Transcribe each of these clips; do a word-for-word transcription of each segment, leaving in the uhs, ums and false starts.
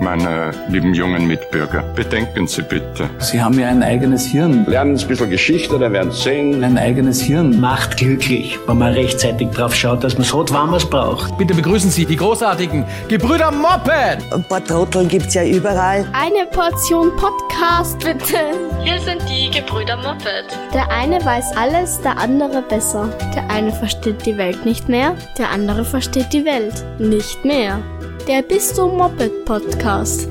Meine lieben jungen Mitbürger, bedenken Sie bitte. Sie haben ja ein eigenes Hirn. Lernen ein bisschen Geschichte, dann werden Sie sehen. Ein eigenes Hirn. Macht glücklich, wenn man rechtzeitig drauf schaut, dass man es hat, wann man es braucht. Bitte begrüßen Sie die großartigen Gebrüder Moped. Ein paar Trotteln gibt's ja überall. Eine Portion Podcast, bitte. Hier sind die Gebrüder Moped. Der eine weiß alles, der andere besser. Der eine versteht die Welt nicht mehr, der andere versteht die Welt nicht mehr. Der Bist du Moped Podcast.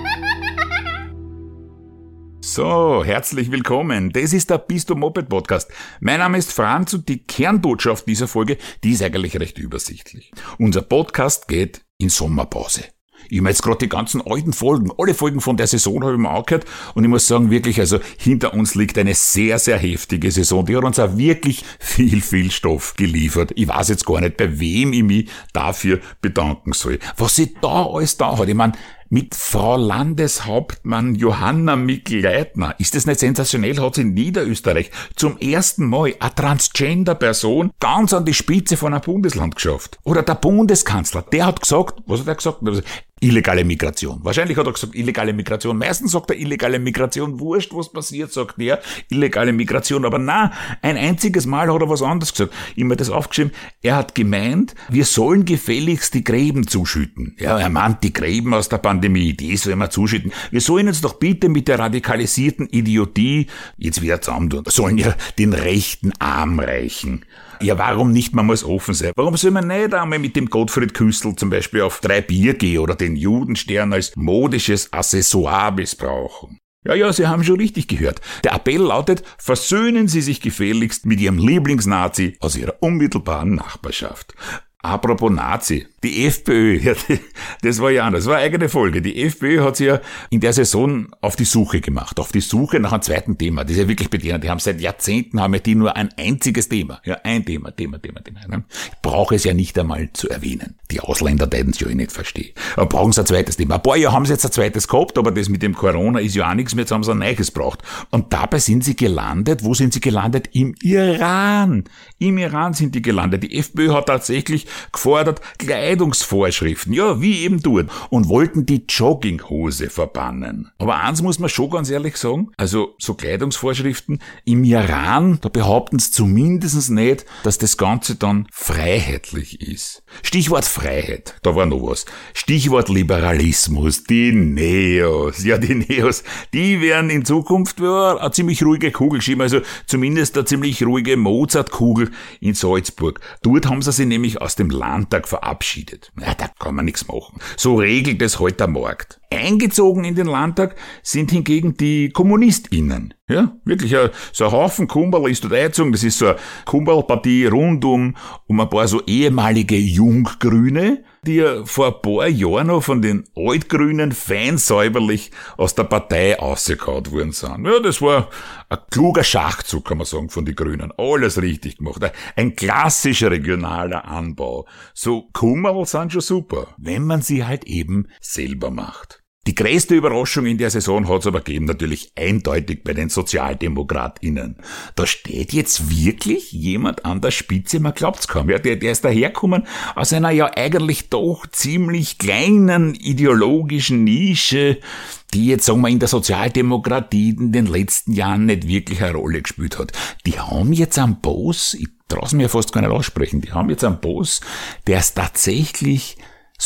So, herzlich willkommen. Das ist der Bist du Moped Podcast. Mein Name ist Franz und die Kernbotschaft dieser Folge, die ist eigentlich recht übersichtlich. Unser Podcast geht in Sommerpause. Ich habe jetzt gerade die ganzen alten Folgen, alle Folgen von der Saison habe ich mir angehört und ich muss sagen, wirklich, also hinter uns liegt eine sehr, sehr heftige Saison. Die hat uns auch wirklich viel, viel Stoff geliefert. Ich weiß jetzt gar nicht, bei wem ich mich dafür bedanken soll. Was sie da alles da hat, ich meine, mit Frau Landeshauptmann Johanna Mikl-Leitner. Ist das nicht sensationell? Hat sie in Niederösterreich zum ersten Mal eine Transgender-Person ganz an die Spitze von einem Bundesland geschafft. Oder der Bundeskanzler, der hat gesagt, was hat er gesagt? Illegale Migration. Wahrscheinlich hat er gesagt, illegale Migration. Meistens sagt er illegale Migration. Wurscht, was passiert, sagt er. Illegale Migration. Aber na, ein einziges Mal hat er was anderes gesagt. Ich habe mir das aufgeschrieben. Er hat gemeint, wir sollen gefälligst die Gräben zuschütten. Ja, er meint die Gräben aus der Pandemie. Die sollen wir zuschütten. Wir sollen uns doch bitte mit der radikalisierten Idiotie jetzt wieder zusammentun. Sollen ja den rechten Arm reichen. Ja, warum nicht mal offen sein? Warum soll man nicht einmal mit dem Gottfried Küstl zum Beispiel auf drei Bier gehen oder den Judenstern als modisches Accessoire missbrauchen? Ja, ja, Sie haben schon richtig gehört. Der Appell lautet, versöhnen Sie sich gefälligst mit Ihrem Lieblingsnazi aus Ihrer unmittelbaren Nachbarschaft. Apropos Nazi, die FPÖ, ja, das war ja anders, das war eine eigene Folge. Die FPÖ hat sich ja in der Saison auf die Suche gemacht, auf die Suche nach einem zweiten Thema. Das ist ja wirklich bedenklich. Die haben seit Jahrzehnten, haben ja die nur ein einziges Thema. Ja, ein Thema, Thema, Thema, Thema. Ich brauche es ja nicht einmal zu erwähnen. Die Ausländer, die es ja nicht verstehen. Aber brauchen sie ein zweites Thema. Ein paar Jahre haben sie jetzt ein zweites gehabt, aber das mit dem Corona ist ja auch nichts mehr, jetzt haben sie ein neues gebraucht. Und dabei sind sie gelandet, wo sind sie gelandet? Im Iran. Im Iran sind die gelandet. Die FPÖ hat tatsächlich gefordert Kleidungsvorschriften, ja, wie eben dort, und wollten die Jogginghose verbannen. Aber eins muss man schon ganz ehrlich sagen, also so Kleidungsvorschriften im Iran, da behaupten sie zumindest nicht, dass das Ganze dann freiheitlich ist. Stichwort Freiheit, da war noch was. Stichwort Liberalismus, die Neos, ja die Neos, die werden in Zukunft ja, eine ziemlich ruhige Kugel schieben, also zumindest eine ziemlich ruhige Mozartkugel in Salzburg. Dort haben sie sich nämlich aus dem Landtag verabschiedet. Ja, da kann man nichts machen. So regelt es heute der Markt. Eingezogen in den Landtag sind hingegen die KommunistInnen. Ja, wirklich so ein Haufen Kummerl ist dort eingezogen. Das ist so eine Kummerlpartie rund um, um ein paar so ehemalige Junggrüne, die ja vor ein paar Jahren noch von den Altgrünen fein säuberlich aus der Partei ausgekaut worden sind. Ja, das war ein kluger Schachzug, kann man sagen, von den Grünen. Alles richtig gemacht. Ein klassischer regionaler Anbau. So Kummerl sind schon super, wenn man sie halt eben selber macht. Die größte Überraschung in der Saison hat's aber gegeben, natürlich eindeutig bei den SozialdemokratInnen. Da steht jetzt wirklich jemand an der Spitze, man glaubt's kaum. Ja, der, der ist dahergekommen aus einer ja eigentlich doch ziemlich kleinen ideologischen Nische, die jetzt, sagen wir, in der Sozialdemokratie in den letzten Jahren nicht wirklich eine Rolle gespielt hat. Die haben jetzt einen Boss, ich trau's mir fast gar nicht aussprechen, die haben jetzt einen Boss, der ist tatsächlich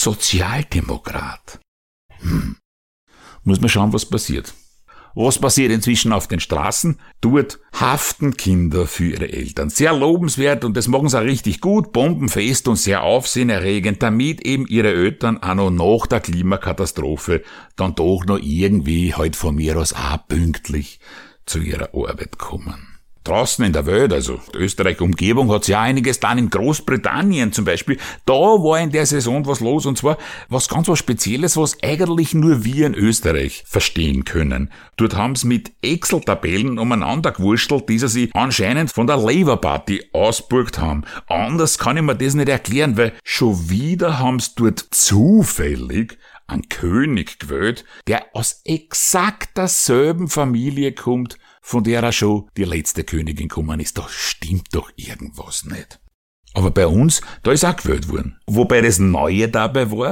Sozialdemokrat. Hm. Muss man schauen, was passiert. Was passiert inzwischen auf den Straßen? Dort haften Kinder für ihre Eltern. Sehr lobenswert und das machen sie auch richtig gut, bombenfest und sehr aufsehenerregend, damit eben ihre Eltern auch noch nach der Klimakatastrophe dann doch noch irgendwie halt von mir aus auch pünktlich zu ihrer Arbeit kommen. Draußen in der Welt, also Österreich-Umgebung, hat's ja einiges dann in Großbritannien zum Beispiel. Da war in der Saison was los und zwar was ganz was Spezielles, was eigentlich nur wir in Österreich verstehen können. Dort haben's mit Excel-Tabellen umeinander gewurschtelt, die sie sich anscheinend von der Labour Party ausgeburgt haben. Anders kann ich mir das nicht erklären, weil schon wieder haben's dort zufällig einen König gewählt, der aus exakt derselben Familie kommt, von der er schon die letzte Königin gekommen ist. Da stimmt doch irgendwas nicht. Aber bei uns, da ist auch gewählt worden. Wobei das Neue dabei war,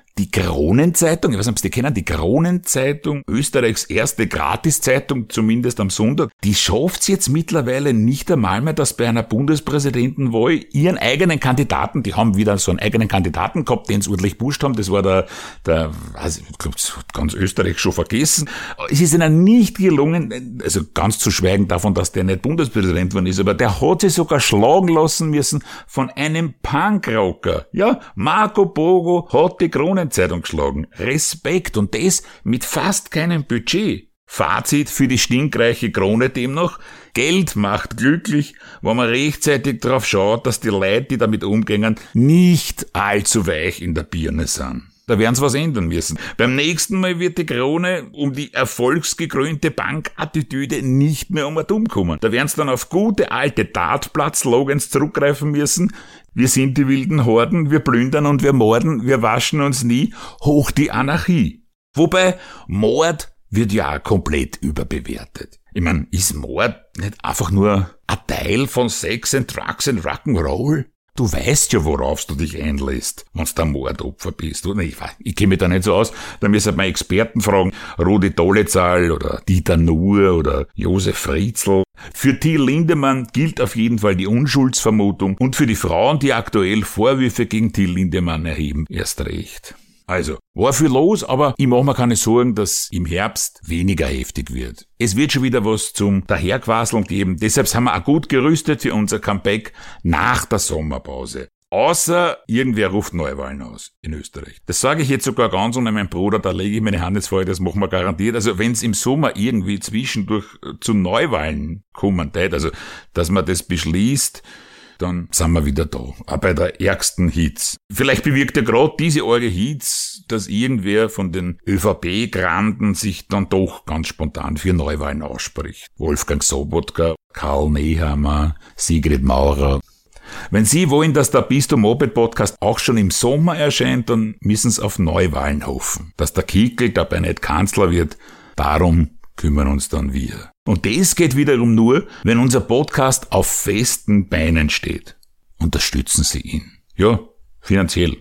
Die Kronenzeitung, ich weiß nicht, ob Sie die kennen, die Kronenzeitung, Österreichs erste Gratiszeitung, zumindest am Sonntag, die schafft es jetzt mittlerweile nicht einmal mehr, dass bei einer Bundespräsidentenwahl ihren eigenen Kandidaten, die haben wieder so einen eigenen Kandidaten gehabt, den sie ordentlich pusht haben, das war der, der, also ich glaube, das hat ganz Österreich schon vergessen. Es ist ihnen nicht gelungen, also ganz zu schweigen davon, dass der nicht Bundespräsident geworden ist, aber der hat sich sogar schlagen lassen müssen von einem Punkrocker. Ja, Marco Bogo hat die Kronenzeitung Zeitung geschlagen. Respekt. Und das mit fast keinem Budget. Fazit für die stinkreiche Krone demnach: Geld macht glücklich, wenn man rechtzeitig darauf schaut, dass die Leute, die damit umgehen, nicht allzu weich in der Birne sind. Da werden sie was ändern müssen. Beim nächsten Mal wird die Krone um die erfolgsgekrönte Bankattitüde nicht mehr um und um kommen. Da werden sie dann auf gute alte Tatblatt-Slogans zurückgreifen müssen. Wir sind die wilden Horden, wir plündern und wir morden, wir waschen uns nie, hoch die Anarchie. Wobei Mord wird ja auch komplett überbewertet. Ich meine, ist Mord nicht einfach nur ein Teil von Sex and Drugs and Rock'n'Roll? Du weißt ja, worauf du dich einlässt, wenn du ein Mordopfer bist. Oder? Ich, ich kenne mich da nicht so aus. Da müssen wir Experten fragen. Rudi Dolezal oder Dieter Nuhr oder Josef Fritzl. Für Till Lindemann gilt auf jeden Fall die Unschuldsvermutung. Und für die Frauen, die aktuell Vorwürfe gegen Till Lindemann erheben, erst recht. Also, war viel los, aber ich mache mir keine Sorgen, dass im Herbst weniger heftig wird. Es wird schon wieder was zum Daherquaseln geben. Deshalb sind wir auch gut gerüstet für unser Comeback nach der Sommerpause. Außer irgendwer ruft Neuwahlen aus in Österreich. Das sage ich jetzt sogar ganz ohne meinen Bruder, da lege ich meine Hand ins Feuer, das machen wir garantiert. Also wenn es im Sommer irgendwie zwischendurch zu Neuwahlen kommen, also dass man das beschließt, dann sind wir wieder da, auch bei der ärgsten Hitz. Vielleicht bewirkt ja gerade diese eure Hitz, dass irgendwer von den ÖVP-Granden sich dann doch ganz spontan für Neuwahlen ausspricht. Wolfgang Sobotka, Karl Nehammer, Sigrid Maurer. Wenn Sie wollen, dass der Bist du Moped Podcast auch schon im Sommer erscheint, dann müssen Sie auf Neuwahlen hoffen. Dass der Kickl dabei nicht Kanzler wird, darum kümmern uns dann wir. Und das geht wiederum nur, wenn unser Podcast auf festen Beinen steht. Unterstützen Sie ihn. Ja, finanziell.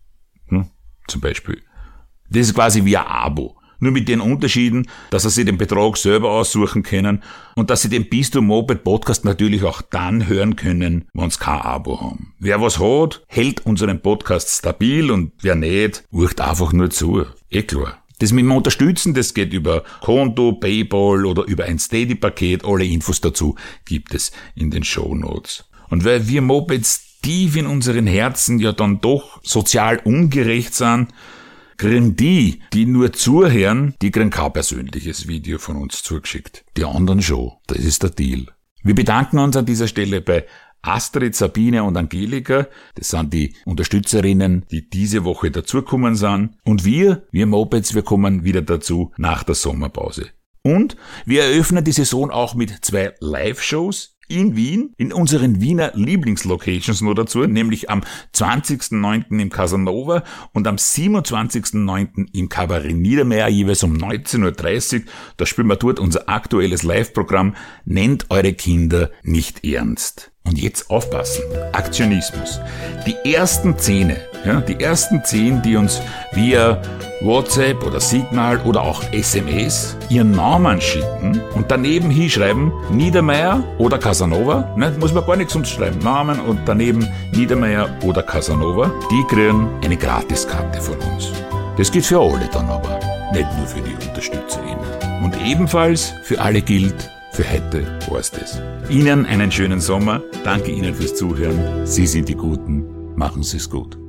Hm, zum Beispiel. Das ist quasi wie ein Abo. Nur mit den Unterschieden, dass Sie sich den Betrag selber aussuchen können und dass Sie den Bist du Moped Podcast natürlich auch dann hören können, wenn Sie kein Abo haben. Wer was hat, hält unseren Podcast stabil und wer nicht, urcht einfach nur zu. Eh klar. Das mit dem Unterstützen, das geht über Konto, Paypal oder über ein Steady-Paket. Alle Infos dazu gibt es in den Shownotes. Und weil wir Mopeds tief in unseren Herzen ja dann doch sozial ungerecht sind, kriegen die, die nur zuhören, die kriegen kein persönliches Video von uns zugeschickt. Die anderen schon. Das ist der Deal. Wir bedanken uns an dieser Stelle bei Astrid, Sabine und Angelika, das sind die Unterstützerinnen, die diese Woche dazugekommen sind. Und wir, wir Mopeds, wir kommen wieder dazu nach der Sommerpause. Und wir eröffnen die Saison auch mit zwei Live-Shows in Wien, in unseren Wiener Lieblingslocations nur dazu, nämlich am zwanzigsten neunten im Casanova und am siebenundzwanzigsten neunten im Kabarett Niedermeyer, jeweils um neunzehn Uhr dreißig. Da spielen wir dort unser aktuelles Live-Programm Nennt eure Kinder nicht ernst. Und jetzt aufpassen. Aktionismus. Die ersten Zehn, ja, die ersten zehn, die uns via WhatsApp oder Signal oder auch S M S ihren Namen schicken und daneben hinschreiben Niedermeyer oder Casanova, ne, muss man gar nichts sonst schreiben, Namen und daneben Niedermeyer oder Casanova, die kriegen eine Gratiskarte von uns. Das gilt für alle dann aber, nicht nur für die UnterstützerInnen. Und ebenfalls für alle gilt, für heute war's das. Ihnen einen schönen Sommer. Danke Ihnen fürs Zuhören. Sie sind die Guten. Machen Sie es gut.